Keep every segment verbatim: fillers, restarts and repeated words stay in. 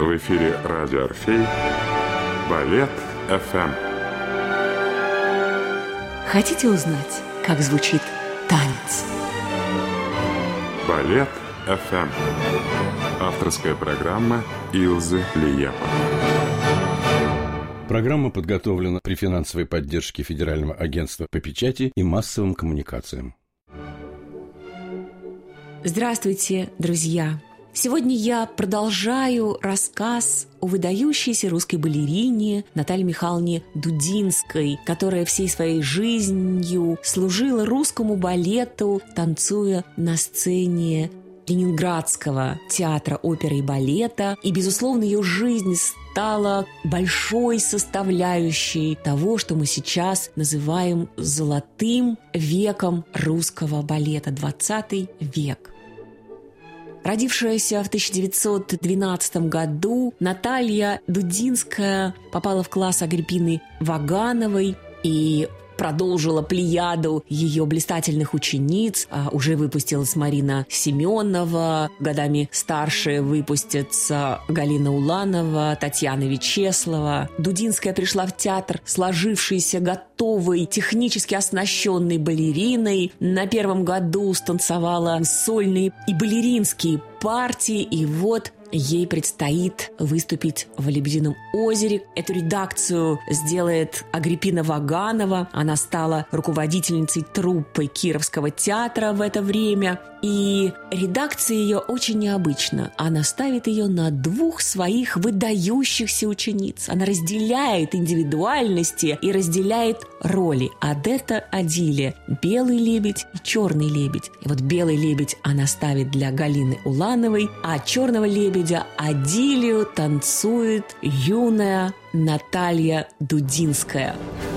В эфире радио «Орфей», Балет эф эм. Хотите узнать, как звучит танец? Балет эф эм. Авторская программа Илзы Лиепа. Программа подготовлена при финансовой поддержке Федерального агентства по печати и массовым коммуникациям. Здравствуйте, друзья! Сегодня я продолжаю рассказ о выдающейся русской балерине Наталье Михайловне Дудинской, которая всей своей жизнью служила русскому балету, танцуя на сцене Ленинградского театра оперы и балета. И, безусловно, ее жизнь стала большой составляющей того, что мы сейчас называем золотым веком русского балета, двадцатый век. Родившаяся в тысяча девятьсот двенадцатом году, Наталья Дудинская попала в класс Агриппины Вагановой и продолжила плеяду ее блистательных учениц. А, уже выпустилась Марина Семенова, годами старше выпустится Галина Уланова, Татьяна Вячеслава. Дудинская пришла в театр, сложившейся, готовой, технически оснащенной балериной. На первом году станцевала сольные и балеринские партии, и вот ей предстоит выступить в «Лебедином озере». Эту редакцию сделает Агриппина Ваганова. Она стала руководительницей труппы Кировского театра в это время. И редакция ее очень необычна. Она ставит ее на двух своих выдающихся учениц. Она разделяет индивидуальности и разделяет роли. Адетта Адилия – белый лебедь и черный лебедь. И вот белый лебедь она ставит для Галины Улановой, а черного лебедя Адилию танцует юная Наталья Дудинская.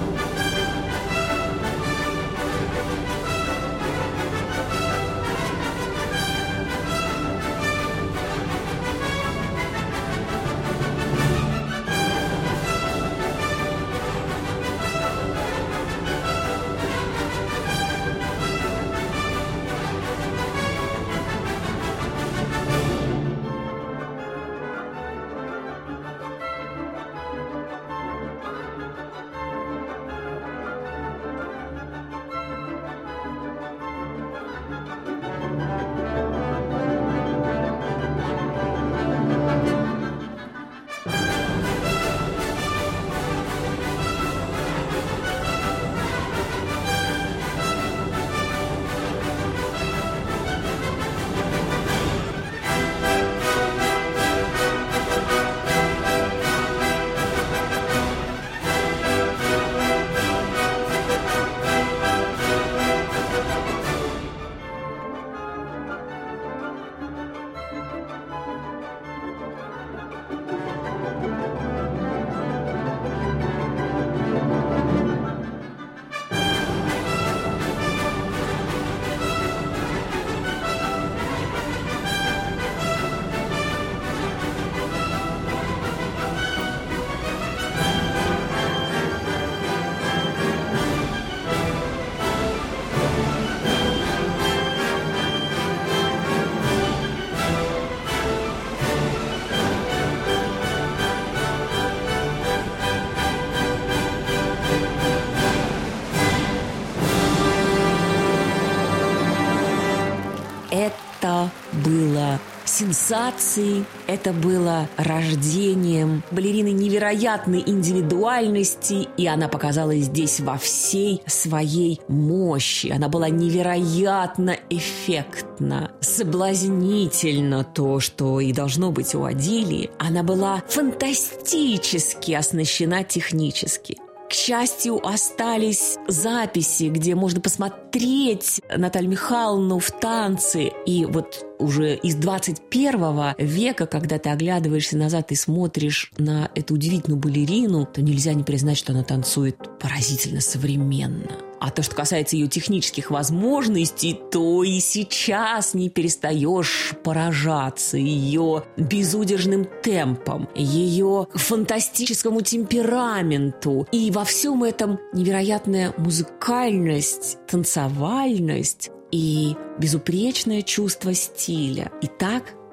Это было сенсацией, это было рождением балерины невероятной индивидуальности, и она показалась здесь во всей своей мощи. Она была невероятно эффектна, соблазнительна, то, что и должно быть у Адилии. Она была фантастически оснащена технически. К счастью, остались записи, где можно посмотреть Наталью Михайловну в танце. И вот уже из двадцать первого века, когда ты оглядываешься назад и смотришь на эту удивительную балерину, то нельзя не признать, что она танцует поразительно современно. А то, что касается ее технических возможностей, то и сейчас не перестаешь поражаться ее безудержным темпом, ее фантастическому темпераменту. И во всем этом невероятная музыкальность, танцевальность и безупречное чувство стиля. Итак,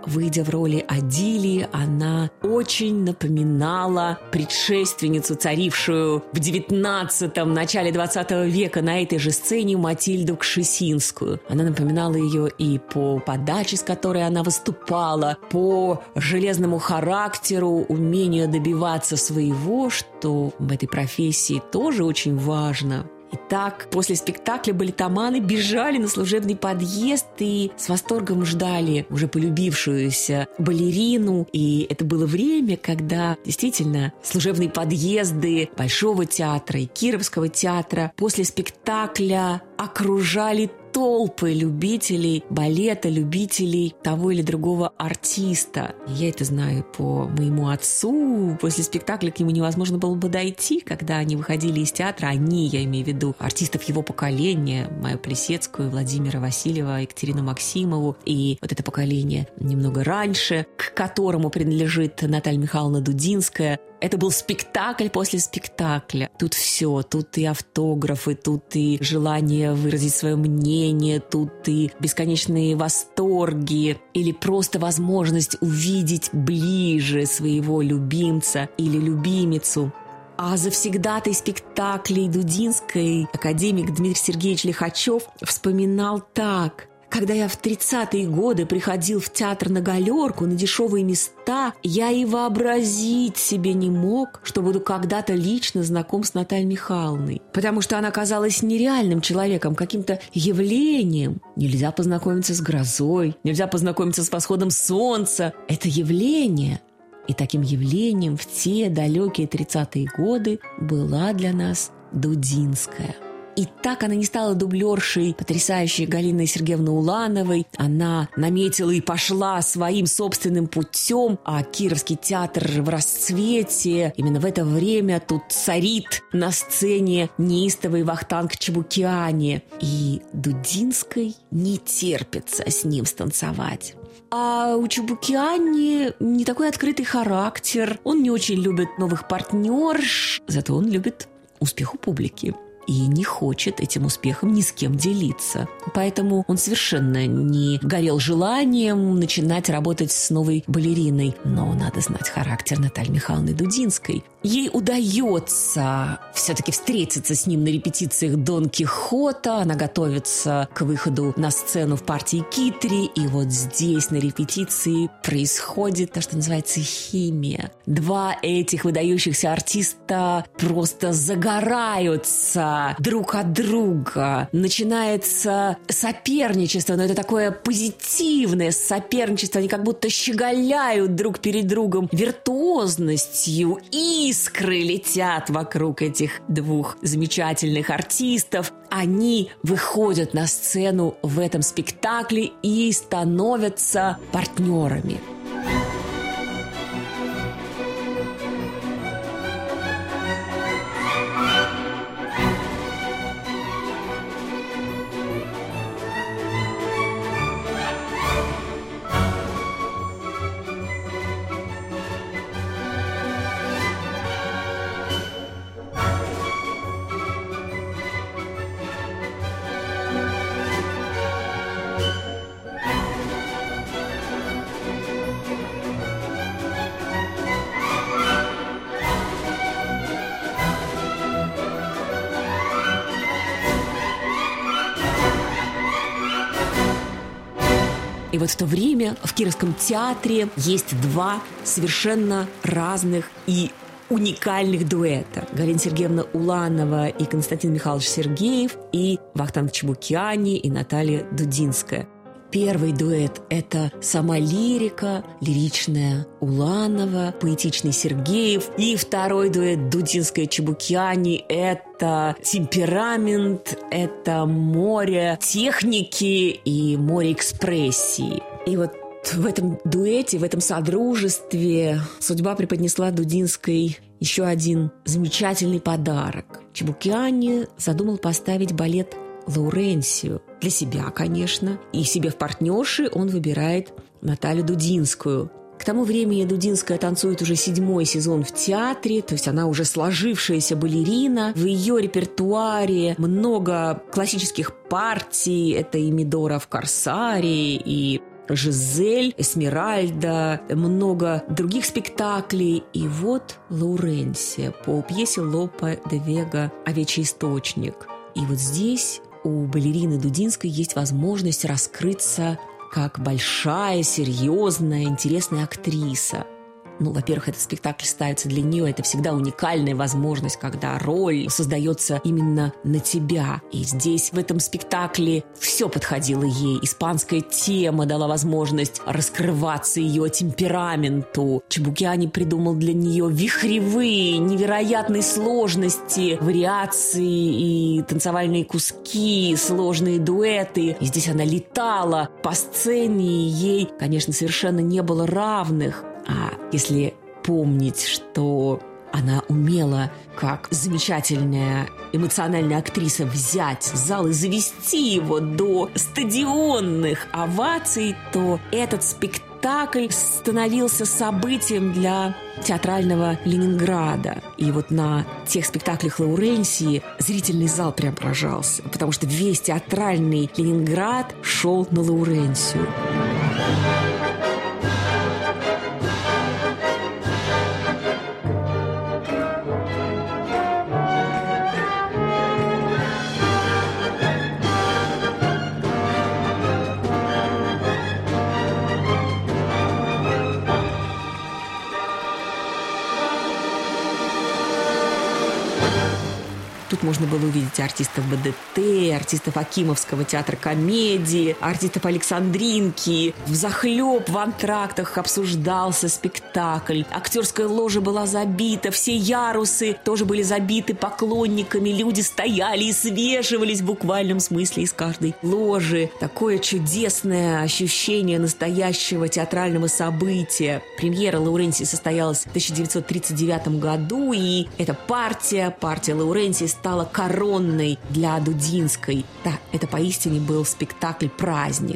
выйдя в роли Адилии, она очень напоминала предшественницу, царившую в девятнадцатом, начале двадцатого века на этой же сцене Матильду Кшесинскую. Она напоминала ее и по подаче, с которой она выступала, по железному характеру, умению добиваться своего, что в этой профессии тоже очень важно. Итак, после спектакля балетоманы бежали на служебный подъезд и с восторгом ждали уже полюбившуюся балерину. И это было время, когда действительно служебные подъезды Большого театра и Кировского театра после спектакля окружали толпы любителей балета, любителей того или другого артиста. Я это знаю по моему отцу. После спектакля к нему невозможно было бы дойти, когда они выходили из театра. Они, я имею в виду, артистов его поколения, Майю Плесецкую, Владимира Васильева, Екатерину Максимову. И вот это поколение немного раньше, к которому принадлежит Наталья Михайловна Дудинская. Это был спектакль после спектакля. Тут все. Тут и автографы, тут и желание выразить свое мнение, тут и бесконечные восторги или просто возможность увидеть ближе своего любимца или любимицу. А завсегдатай спектаклей Дудинской академик Дмитрий Сергеевич Лихачев вспоминал так: «Когда я в тридцатые годы приходил в театр на галерку, на дешевые места, я и вообразить себе не мог, что буду когда-то лично знаком с Натальей Михайловной, потому что она казалась нереальным человеком, каким-то явлением. Нельзя познакомиться с грозой, нельзя познакомиться с восходом солнца. Это явление». И таким явлением в те далекие тридцатые годы была для нас Дудинская. И так она не стала дублершей потрясающей Галины Сергеевны Улановой. Она наметила и пошла своим собственным путем, а Кировский театр в расцвете. Именно в это время тут царит на сцене неистовый Вахтанг Чебукиани. И Дудинской не терпится с ним станцевать. А у Чебукиани не такой открытый характер. Он не очень любит новых партнерш, зато он любит успех у публики и не хочет этим успехом ни с кем делиться. Поэтому он совершенно не горел желанием начинать работать с новой балериной. Но надо знать характер Натальи Михайловны Дудинской. Ей удается все-таки встретиться с ним на репетициях Дон Кихота. Она готовится к выходу на сцену в партии Китри. И вот здесь на репетиции происходит то, что называется химия. Два этих выдающихся артиста просто загораются друг от друга. Начинается соперничество, но это такое позитивное соперничество. Они как будто щеголяют друг перед другом виртуозностью. Искры летят вокруг этих двух замечательных артистов. Они выходят на сцену в этом спектакле и становятся партнерами. И вот в то время в Кировском театре есть два совершенно разных и уникальных дуэта. Галина Сергеевна Уланова и Константин Михайлович Сергеев, и Вахтанг Чебукиани и Наталья Дудинская. Первый дуэт – это сама лирика, лиричная Уланова, поэтичный Сергеев. И второй дуэт Дудинская-Чебукиани – это темперамент, это море техники и море экспрессии. И вот в этом дуэте, в этом содружестве судьба преподнесла Дудинской еще один замечательный подарок. Чебукиани задумал поставить балет «Лауренсию». Для себя, конечно. И себе в партнерши он выбирает Наталью Дудинскую. К тому времени Дудинская танцует уже седьмой сезон в театре, то есть она уже сложившаяся балерина. В ее репертуаре много классических партий. Это и «Медора в Корсаре», и Жизель, Эсмеральда, много других спектаклей. И вот Лауренсия по пьесе Лопе де Вега «Овечий источник». И вот здесь у балерины Дудинской есть возможность раскрыться как большая, серьезная, интересная актриса. Ну, во-первых, этот спектакль ставится для нее, это всегда уникальная возможность, когда роль создается именно на тебя. И здесь, в этом спектакле, все подходило ей. Испанская тема дала возможность раскрываться ее темпераменту. Чебукиани придумал для нее вихревые, невероятные сложности, вариации и танцевальные куски, сложные дуэты. И здесь она летала по сцене, и ей, конечно, совершенно не было равных. А если помнить, что она умела, как замечательная эмоциональная актриса, взять зал и завести его до стадионных оваций, то этот спектакль становился событием для театрального Ленинграда. И вот на тех спектаклях Лауренсии зрительный зал преображался, потому что весь театральный Ленинград шел на Лауренсию. Тут можно было увидеть артистов БДТ, артистов Акимовского театра комедии, артистов Александринки. Взахлеб в антрактах обсуждался спектакль. Актерская ложа была забита, все ярусы тоже были забиты поклонниками. Люди стояли и свешивались в буквальном смысле из каждой ложи. Такое чудесное ощущение настоящего театрального события. Премьера Лауренсии состоялась в тысяча девятьсот тридцать девятом году, и эта партия, партия Лауренсии, стала коронной для Дудинской. Да, это поистине был спектакль-праздник.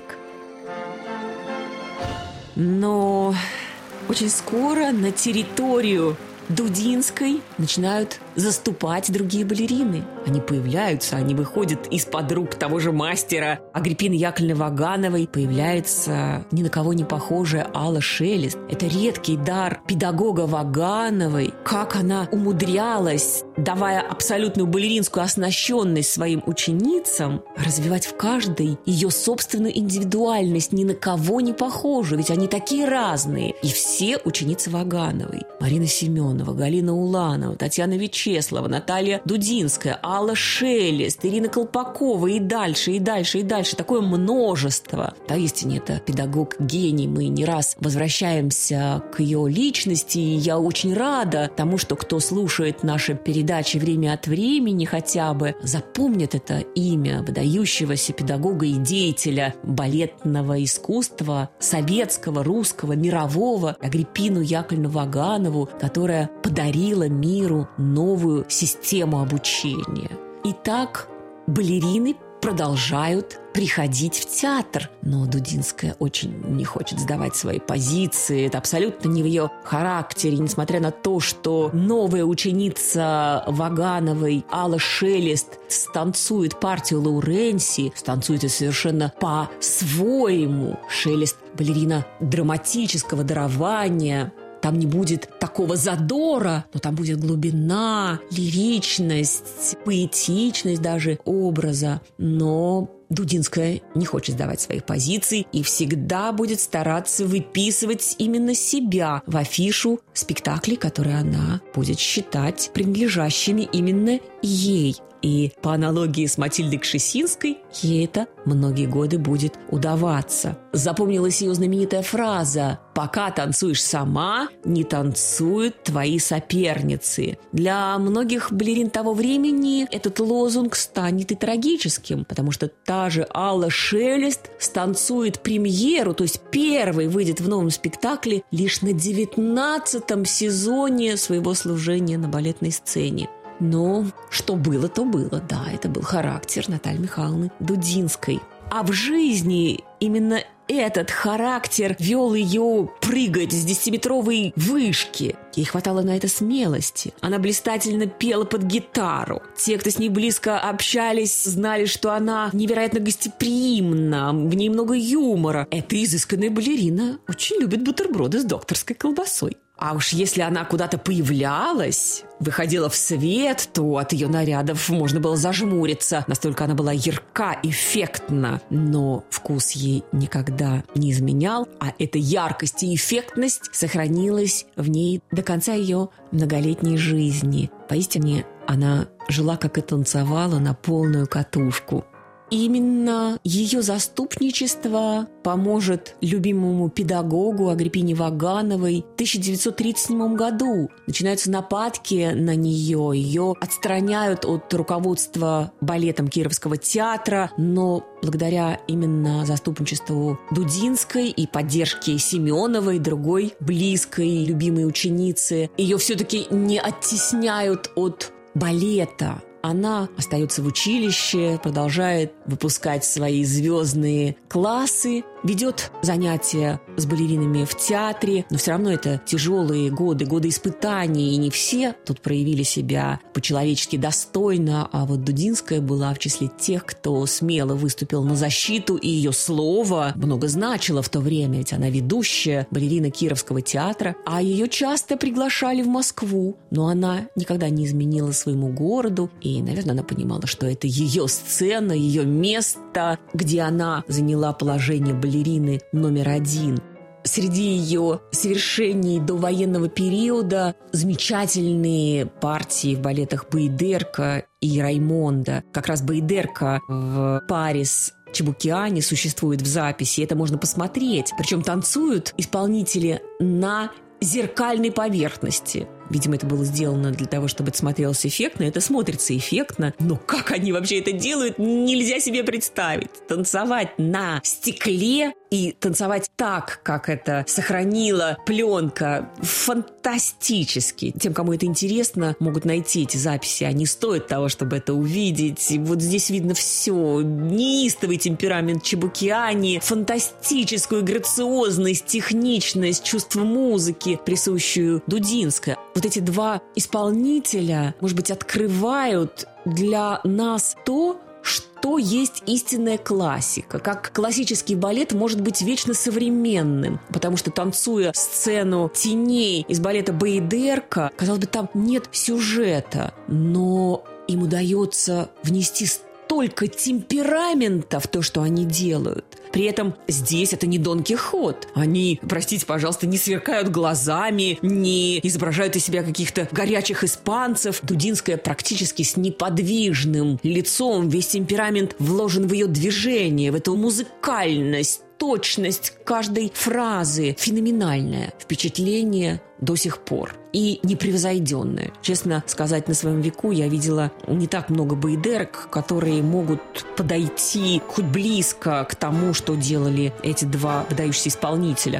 Но очень скоро на территорию Дудинской начинают заступать другие балерины. Они появляются, они выходят из-под рук того же мастера Агриппины Яковлевны Вагановой. Появляется ни на кого не похожая Алла Шелест. Это редкий дар педагога Вагановой. Как она умудрялась, давая абсолютную балеринскую оснащенность своим ученицам, развивать в каждой ее собственную индивидуальность, ни на кого не похожую. Ведь они такие разные. И все ученицы Вагановой. Марина Семенова, Галина Уланова, Татьяна Вячеслава, Наталья Дудинская, Алла Шелест, Ирина Колпакова и дальше, и дальше, и дальше. Такое множество. Поистине, это педагог-гений. Мы не раз возвращаемся к ее личности, и я очень рада тому, что кто слушает наши передачи время от времени, хотя бы запомнит это имя выдающегося педагога и деятеля балетного искусства, советского, русского, мирового, Агриппину Яковлевну Ваганову, которая подарила миру новую систему обучения. Итак, балерины продолжают приходить в театр. Но Дудинская очень не хочет сдавать свои позиции. Это абсолютно не в ее характере. Несмотря на то, что новая ученица Вагановой Алла Шелест станцует партию Лауренсии, станцует ее совершенно по-своему. Шелест – балерина драматического дарования. Там не будет такого задора, но там будет глубина, лиричность, поэтичность даже образа. Но Дудинская не хочет сдавать своих позиций и всегда будет стараться выписывать именно себя в афишу спектаклей, которые она будет считать принадлежащими именно ей. И по аналогии с Матильдой Кшесинской ей это многие годы будет удаваться. Запомнилась ее знаменитая фраза: «Пока танцуешь сама, не танцуют твои соперницы». Для многих балерин того времени этот лозунг станет и трагическим, потому что та же Алла Шелест станцует премьеру, то есть первой выйдет в новом спектакле лишь на девятнадцатом сезоне своего служения на балетной сцене. Но что было, то было. Да, это был характер Натальи Михайловны Дудинской. А в жизни именно этот характер вел ее прыгать с десятиметровой вышки. Ей хватало на это смелости. Она блистательно пела под гитару. Те, кто с ней близко общались, знали, что она невероятно гостеприимна, в ней много юмора. Эта изысканная балерина очень любит бутерброды с докторской колбасой. А уж если она куда-то появлялась, выходила в свет, то от ее нарядов можно было зажмуриться. Настолько она была ярка, эффектна. Но вкус ей никогда не изменял, а эта яркость и эффектность сохранилась в ней до конца ее многолетней жизни. Поистине, она жила, как и танцевала, на полную катушку. Именно ее заступничество поможет любимому педагогу Агриппине Вагановой. В тысяча девятьсот тридцать седьмом году начинаются нападки на нее. Ее отстраняют от руководства балетом Кировского театра, но благодаря именно заступничеству Дудинской и поддержке Семеновой, другой близкой, любимой ученицы, ее все-таки не оттесняют от балета. Она остается в училище, продолжает выпускать свои звездные классы, ведет занятия с балеринами в театре, но все равно это тяжелые годы, годы испытаний, и не все тут проявили себя по-человечески достойно, а вот Дудинская была в числе тех, кто смело выступил на защиту, и ее слово много значило в то время, ведь она ведущая балерина Кировского театра, а ее часто приглашали в Москву, но она никогда не изменила своему городу, и, наверное, она понимала, что это ее сцена, ее место, где она заняла положение балерины номер один. Среди ее свершений до военного периода замечательные партии в балетах Баядерка и Раймонда. Как раз Баядерка в паре с Чебукиани существует в записи, это можно посмотреть. Причем танцуют исполнители на зеркальной поверхности. Видимо, это было сделано для того, чтобы это смотрелось эффектно. Это смотрится эффектно. Но как они вообще это делают, нельзя себе представить. Танцевать на стекле и танцевать так, как это сохранила пленка, фантастически. Тем, кому это интересно, могут найти эти записи. Они стоят того, чтобы это увидеть. И вот здесь видно все. Неистовый темперамент Чебукиани, фантастическую грациозность, техничность, чувство музыки, присущую Дудинской. Вот эти два исполнителя, может быть, открывают для нас то, что есть истинная классика. Как классический балет может быть вечно современным. Потому что, танцуя сцену теней из балета Баядерка, казалось бы, там нет сюжета. Но им удается внести столько темперамента в то, что они делают. При этом здесь это не Дон Кихот. Они, простите, пожалуйста, не сверкают глазами, не изображают из себя каких-то горячих испанцев. Дудинская практически с неподвижным лицом. Весь темперамент вложен в ее движение, в эту музыкальность, точность каждой фразы. Феноменальное впечатление до сих пор. И непревзойденное. Честно сказать, на своем веку я видела не так много баядерок, которые могут подойти хоть близко к тому, что делали эти два выдающиеся исполнителя.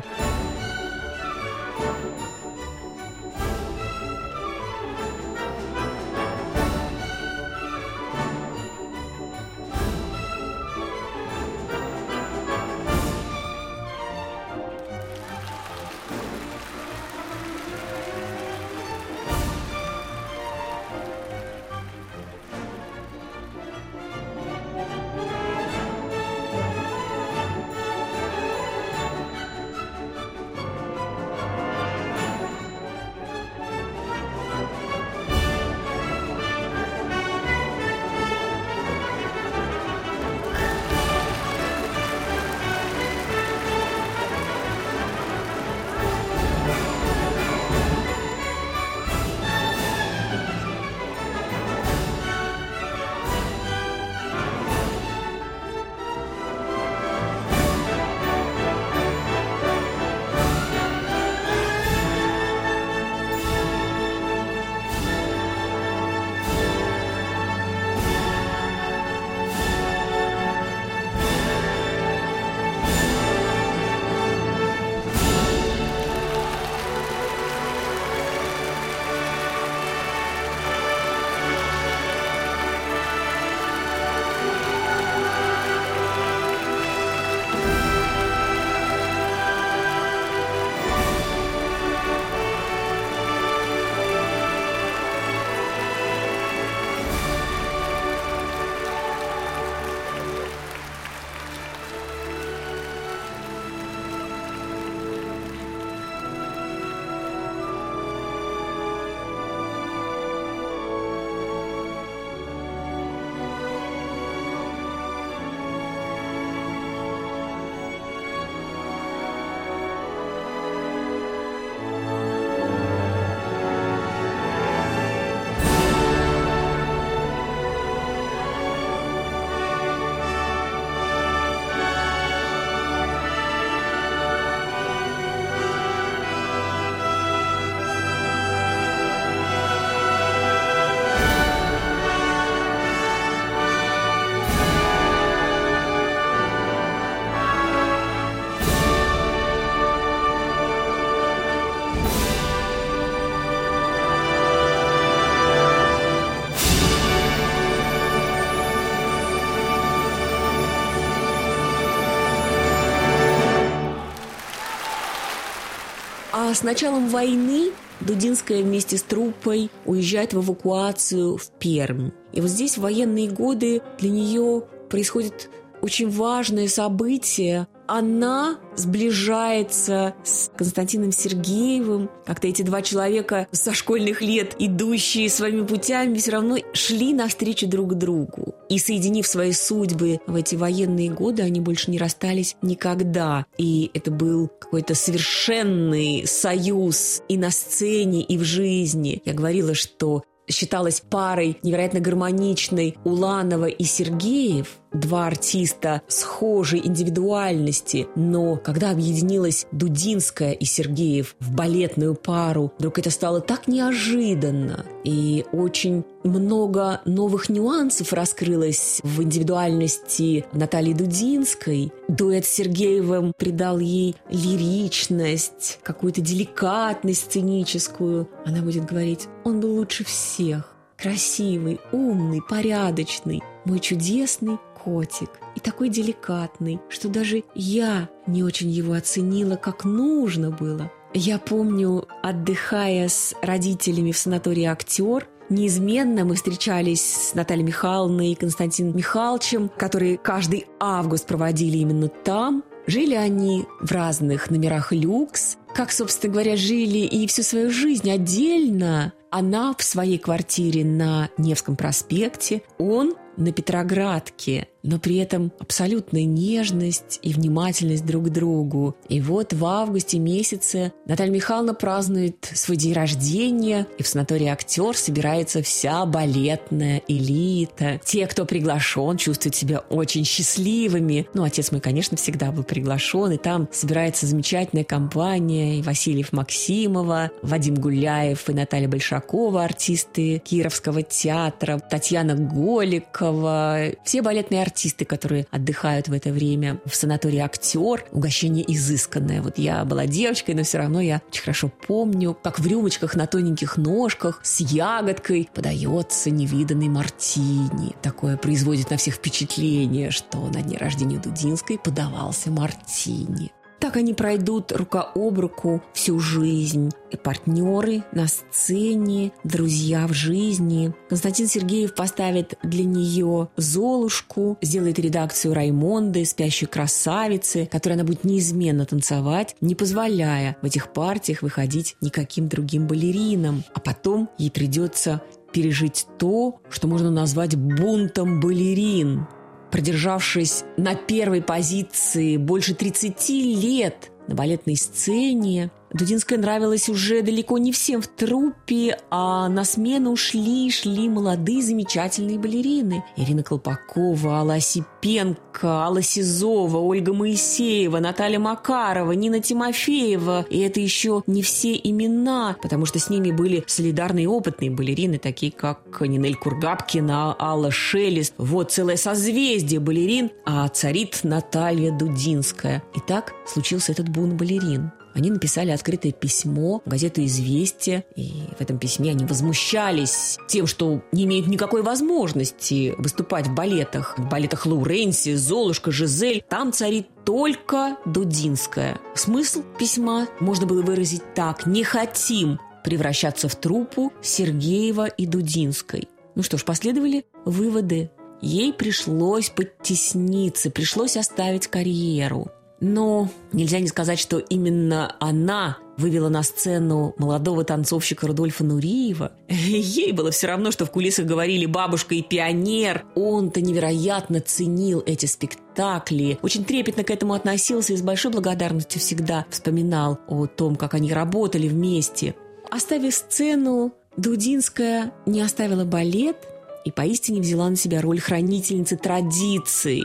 А с началом войны Дудинская вместе с труппой уезжает в эвакуацию в Пермь. И вот здесь в военные годы для нее происходит очень важное событие. Она сближается с Константином Сергеевым. Как-то эти два человека со школьных лет, идущие своими путями, все равно шли навстречу друг другу. И, соединив свои судьбы в эти военные годы, они больше не расстались никогда. И это был какой-то совершенный союз и на сцене, и в жизни. Я говорила, что считалась парой невероятно гармоничной Уланова и Сергеев, два артиста схожей индивидуальности, но когда объединилась Дудинская и Сергеев в балетную пару, вдруг это стало так неожиданно, и очень много новых нюансов раскрылось в индивидуальности Натальи Дудинской. Дуэт с Сергеевым придал ей лиричность, какую-то деликатность сценическую. Она будет говорить: он был лучше всех, красивый, умный, порядочный, мой чудесный котик. И такой деликатный, что даже я не очень его оценила, как нужно было. Я помню, отдыхая с родителями в санатории «Актер», неизменно мы встречались с Натальей Михайловной и Константином Михайловичем, которые каждый август проводили именно там. Жили они в разных номерах люкс, как, собственно говоря, жили и всю свою жизнь отдельно. Она в своей квартире на Невском проспекте, он на Петроградке, но при этом абсолютная нежность и внимательность друг к другу. И вот в августе месяце Наталья Михайловна празднует свой день рождения, и в санатории «Актер» собирается вся балетная элита. Те, кто приглашен, чувствуют себя очень счастливыми. Ну, отец мой, конечно, всегда был приглашен, и там собирается замечательная компания: и Васильев Максимова, Вадим Гуляев и Наталья Большакова, артисты Кировского театра, Татьяна Голикова, все балетные артисты, которые отдыхают в это время в санатории «Актер». Угощение изысканное. Вот я была девочкой, но все равно я очень хорошо помню, как в рюмочках на тоненьких ножках с ягодкой подается невиданный мартини. Такое производит на всех впечатление, что на дне рождения Дудинской подавался мартини. Так они пройдут рука об руку всю жизнь. И партнеры на сцене, друзья в жизни. Константин Сергеев поставит для нее «Золушку», сделает редакцию «Раймонды», «Спящей красавицы», которой она будет неизменно танцевать, не позволяя в этих партиях выходить никаким другим балеринам. А потом ей придется пережить то, что можно назвать бунтом балерин. Продержавшись на первой позиции больше тридцати лет на балетной сцене, Дудинская нравилась уже далеко не всем в труппе, а на смену шли шли молодые замечательные балерины. Ирина Колпакова, Алла Осипенко, Алла Сизова, Ольга Моисеева, Наталья Макарова, Нина Тимофеева. И это еще не все имена, потому что с ними были солидарные опытные балерины, такие как Нинель Кургабкина, Алла Шелест. Вот целое созвездие балерин, а царит Наталья Дудинская. И так случился этот бунт балерин. Они написали открытое письмо в газету «Известия», и в этом письме они возмущались тем, что не имеют никакой возможности выступать в балетах. В балетах Лоуренси, Золушка, Жизель. Там царит только Дудинская. Смысл письма можно было выразить так: «Не хотим превращаться в труппу Сергеева и Дудинской». Ну что ж, последовали выводы. Ей пришлось подтесниться, пришлось оставить карьеру. Но нельзя не сказать, что именно она вывела на сцену молодого танцовщика Рудольфа Нуриева. Ей было все равно, что в кулисах говорили «бабушка» и «пионер». Он-то невероятно ценил эти спектакли, очень трепетно к этому относился и с большой благодарностью всегда вспоминал о том, как они работали вместе. Оставив сцену, Дудинская не оставила балет и поистине взяла на себя роль хранительницы традиций.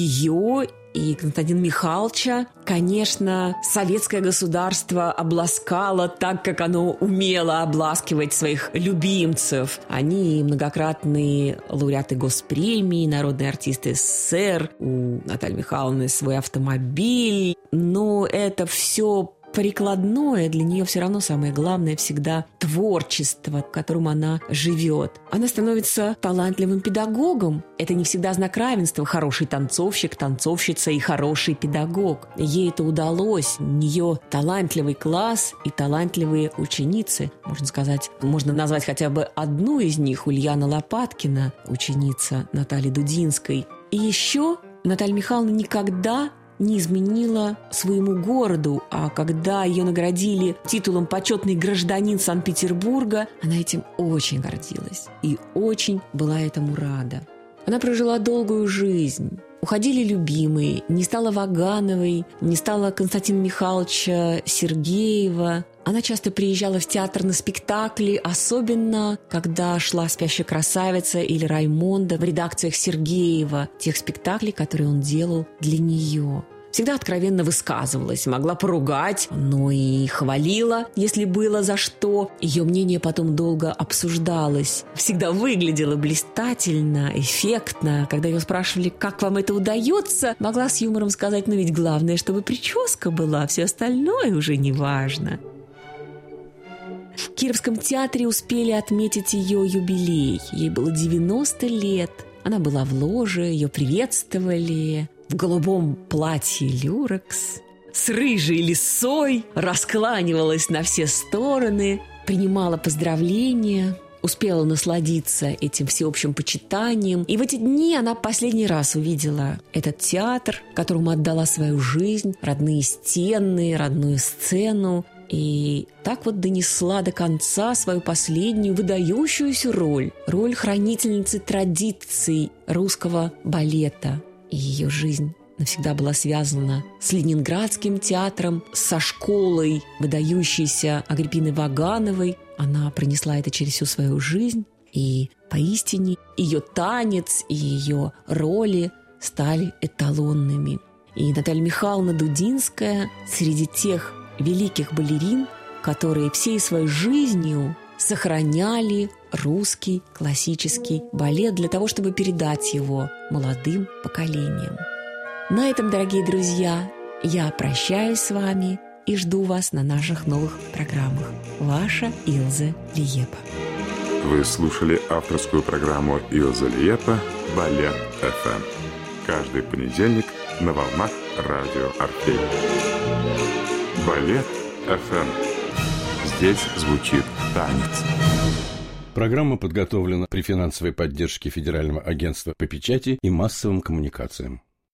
Ее и Константина Михайловича, конечно, советское государство обласкало так, как оно умело обласкивать своих любимцев. Они многократные лауреаты госпремии, народные артисты СССР, у Натальи Михайловны свой автомобиль. Но это все прикладное, для нее все равно самое главное всегда творчество, которым она живет. Она становится талантливым педагогом. Это не всегда знак равенства. Хороший танцовщик, танцовщица и хороший педагог. Ей это удалось. У нее талантливый класс и талантливые ученицы. Можно сказать, можно назвать хотя бы одну из них, Ульяна Лопаткина, ученица Натальи Дудинской. И еще Наталья Михайловна никогда не изменила своему городу, а когда ее наградили титулом «Почетный гражданин Санкт-Петербурга», она этим очень гордилась и очень была этому рада. Она прожила долгую жизнь. Уходили любимые, не стало Вагановой, не стало Константина Михайловича Сергеева. Она часто приезжала в театр на спектакли, особенно когда шла «Спящая красавица» или «Раймонда» в редакциях Сергеева, тех спектаклей, которые он делал для нее. Всегда откровенно высказывалась, могла поругать, но и хвалила, если было за что. Ее мнение потом долго обсуждалось. Всегда выглядела блистательно, эффектно. Когда ее спрашивали, как вам это удается, могла с юмором сказать, ну ведь главное, чтобы прическа была, все остальное уже не важно. В Кировском театре успели отметить ее юбилей. Ей было девяносто лет. Она была в ложе, ее приветствовали в голубом платье люрекс, с рыжей лисой, раскланивалась на все стороны, принимала поздравления, успела насладиться этим всеобщим почитанием. И в эти дни она последний раз увидела этот театр, которому отдала свою жизнь, родные стены, родную сцену. И так вот донесла до конца свою последнюю выдающуюся роль, роль хранительницы традиций русского балета. И ее жизнь навсегда была связана с Ленинградским театром, со школой выдающейся Агриппины Вагановой. Она пронесла это через всю свою жизнь, и поистине ее танец и ее роли стали эталонными. И Наталья Михайловна Дудинская среди тех великих балерин, которые всей своей жизнью сохраняли русский классический балет для того, чтобы передать его молодым поколениям. На этом, дорогие друзья, я прощаюсь с вами и жду вас на наших новых программах. Ваша Илза Лиепа. Вы слушали авторскую программу Илза Лиепа «Балет эф эм». Каждый понедельник на волнах радио Орфей. Балет эф эм. Здесь звучит танец. Программа подготовлена при финансовой поддержке Федерального агентства по печати и массовым коммуникациям.